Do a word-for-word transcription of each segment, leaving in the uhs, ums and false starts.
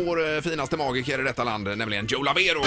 vår eh, finaste magiker i detta land, nämligen Joe Lavero.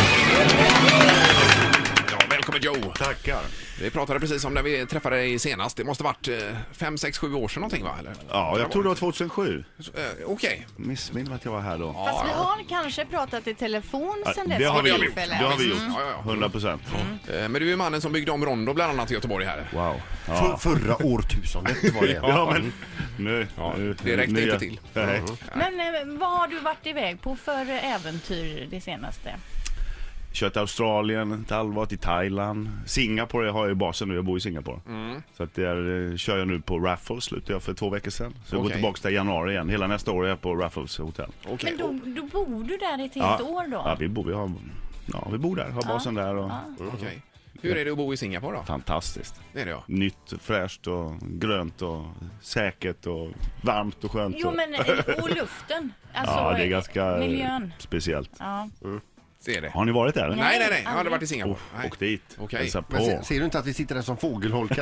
Ja, välkommen Joe. Tackar. Vi pratade precis om när vi träffade dig senast. Det måste varit fem, sex, sju år sedan någonting, va? Eller? Ja, jag tror det var tjugohusju. Eh, Okej. Okay. Missminner att jag var här då. Fast vi har kanske pratat i telefon Ja, sen det dess. har vi gjort. tillfälle. Det har vi gjort. Mm. Ja, ja, ja. hundra procent. Eh, Men du är mannen som byggde om Rondo bland annat i Göteborg här. Wow. För, Ja. förra årtusendet var det. Ja, men nu, Ja, nu det räckte nya- inte till. Nej. Men eh, vad har du varit iväg på för äventyr det senaste? Kört Australien, ett halvår till Thailand. Singapore har jag ju basen nu, jag bor i Singapore. Mm. Så att där eh, kör jag nu på Raffles, slutade jag för två veckor sedan. Så jag går Okej. tillbaka till januari igen. Hela nästa år är jag på Raffles hotell. Okej. Men då, då bor du där i ett Ja. helt år då? Ja, vi bor, vi har, ja, vi bor där, har basen där och Okej. Hur är det att bo i Singapore då? fantastiskt. Det är det, ja. Nytt, fräscht och grönt och säkert och varmt och skönt. Jo, och... men eh, och luften? Alltså, ja, det är ganska miljön. speciellt. Ja. Det är det. Har ni varit där? Nej, nej, nej. Jag hade aldrig. varit i Singapore. Nej. Åk dit. Okej. Hälsa på. Men ser, ser du inte att vi sitter där som fågelholkar?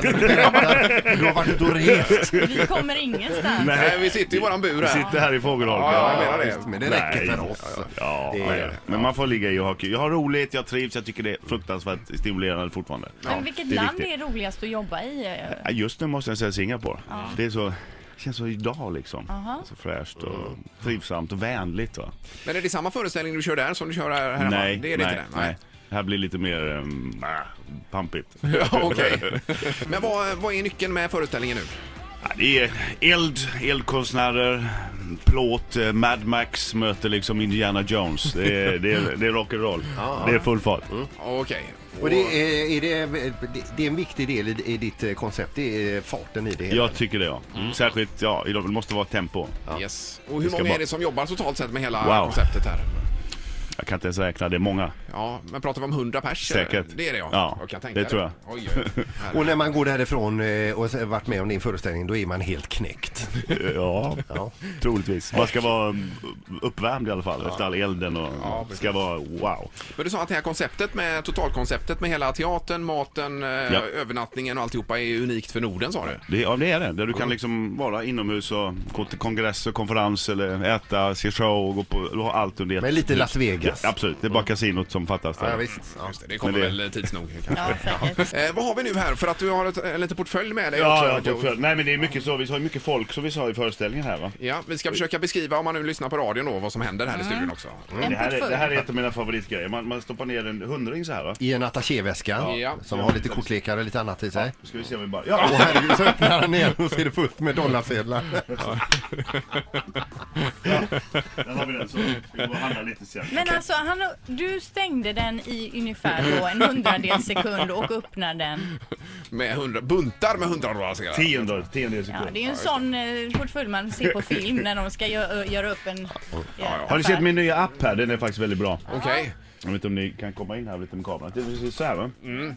Du har varit ute och rest. Vi kommer ingenstans. Nej, vi sitter i våran bur Vi här. sitter här i fågelholken. Ja, jag menar det. Men det räcker för oss. Ja, Det det är är det. Men man får ligga i och ha kul. Jag har roligt, jag trivs, jag tycker det är fruktansvärt stimulerande fortfarande. Men vilket det är land viktigt. är roligast att jobba i? Ja, just nu måste jag säga Singapore. Det är så, känns så idag liksom. Aha. Så fräscht och trivsamt och vänligt, va? Men är det samma föreställning du kör där som du kör här hemma? Nej, det är det nej, inte det. nej. Det här blir lite mer um, pampigt. Ja, okej. Men vad, vad är nyckeln med föreställningen nu? Ja, det är eld, eldkonstnärer, plåt, eh, Mad Max möter liksom Indiana Jones. Det är, det är, det är rock'n'roll. Det är full fart. Okej. Och det är, är det, det är en viktig del i, i ditt koncept, det är farten i det hela. Jag tycker det, ja. Särskilt, ja, det måste vara tempo. Yes. Och hur Det ska många är bara- det som jobbar totalt sett med hela Wow. konceptet här? Jag kan inte ens räkna, det är många. Ja, men pratar vi om hundra pers? Säkert. Det är det, ja. Ja, jag kan tänka det tror jag. Oj, oj. Och när man går därifrån eh, och har varit med om din föreställning, då är man helt knäckt. Ja, Ja. troligtvis. Man ska vara uppvärmd i alla fall efter all elden och Ja, ska vara wow. Men du sa att det här konceptet med totalkonceptet med hela teatern, maten, eh, övernattningen och alltihopa är unikt för Norden, sa du? Det, ja, det är det. Där du kan liksom vara inomhus och gå till kongress och konferens eller äta, se show och gå på, du har allt under ett. Men lite Las Vegas. Ja, absolut, det är bara kasinot som fattas där. Ja, visst. Ja. Just det, det kommer Men det- väl eh, tids nog kanske. Ja, säkert. Eh, vad har vi nu här? För att du har ett, en liten portfölj med dig Ja, också. ja, Joe. portfölj. Nej, men det är mycket så. Vi har ju mycket folk som vi sa i föreställningen här, va? Ja, vi ska försöka beskriva, om man nu lyssnar på radion då, vad som händer här i studion också. En Det här, är, portfölj. det här är ett av mina favoritgrejer. Man, man stoppar ner en hundring så här, va? I en attachéväska Ja. som har lite kortlekar och lite annat i sig. Nu ska vi se om vi bara... Och Ja! herregud, så öppnar han ner och så är det fullt med dollarsedlar. Den har vi den, så vi går och handla lite sen. Men alltså, han, du stängde den i ungefär då en hundradels sekund och öppnade den. Med hundra, buntar med hundra dollar seglar. Tionde, tionde Ja, sekund. det är ju en sån eh, portfölj man ser på film när de ska gö- göra upp en ja, Har ni sett min nya app här? Den är faktiskt väldigt bra. Okej. Jag vet inte om ni kan komma in här lite med kameran. Det är precis så här, va?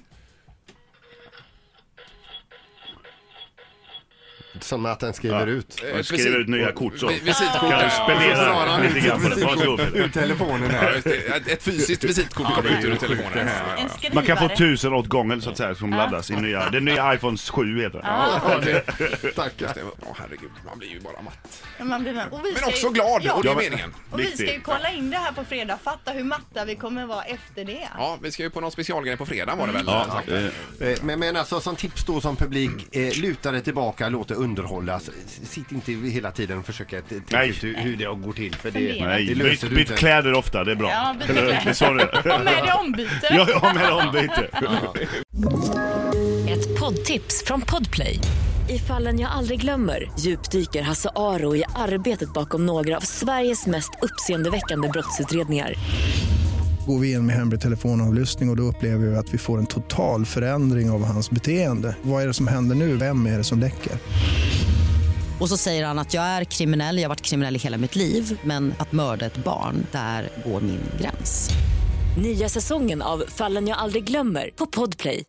Som att den skriver ut. Eh, Jag skriver ut nya kort så. Vi- Visitkort. Kan du Ja, spendera lite grann på det? Varsågod. Ur telefonen ja, här. just det. Ett, ett fysiskt visitkort kommer ut ur telefonen. Ja, ja, en ja. skrivare. Man kan få tusen åt gången så att säga som laddas i nya. Den nya iPhone sju heter det. Ja, okej. Tackar. Just det. Åh, herregud, man blir ju bara matt. Man blir med. Och vi Men ska också ju- glad, Ja, och det är Ja, men- meningen. och vi ska ju Viktigt. kolla in det här på fredag. Fatta hur matta vi kommer vara efter det. Ja, vi ska ju på någon specialgrej på fredag var det väl? Ja, sagt. eh, Eh, Men, men alltså som tips då som publik, eh, luta dig tillbaka, låt det underhållas. Sitt inte hela tiden och försöka t- tänka Nej. ut hur, hur det går till. För det, Fundera. nej, det byt, löser du byt inte. kläder ofta, det är bra. Ja, byt Eller hur? kläder. Det är så det Och med det ombyte. Ja, ja, med ombyte. Ett poddtips från Podplay. I Fallen jag aldrig glömmer djupdyker Hasse Aro i arbetet bakom några av Sveriges mest uppseendeväckande brottsutredningar. Går vi in med hemlig telefonavlyssning och, och då upplever vi att vi får en total förändring av hans beteende. Vad är det som händer nu? Vem är det som läcker? Och så säger han att jag är kriminell, jag har varit kriminell i hela mitt liv. Men att mörda ett barn, där går min gräns. Nya säsongen av Fallen jag aldrig glömmer på Podplay.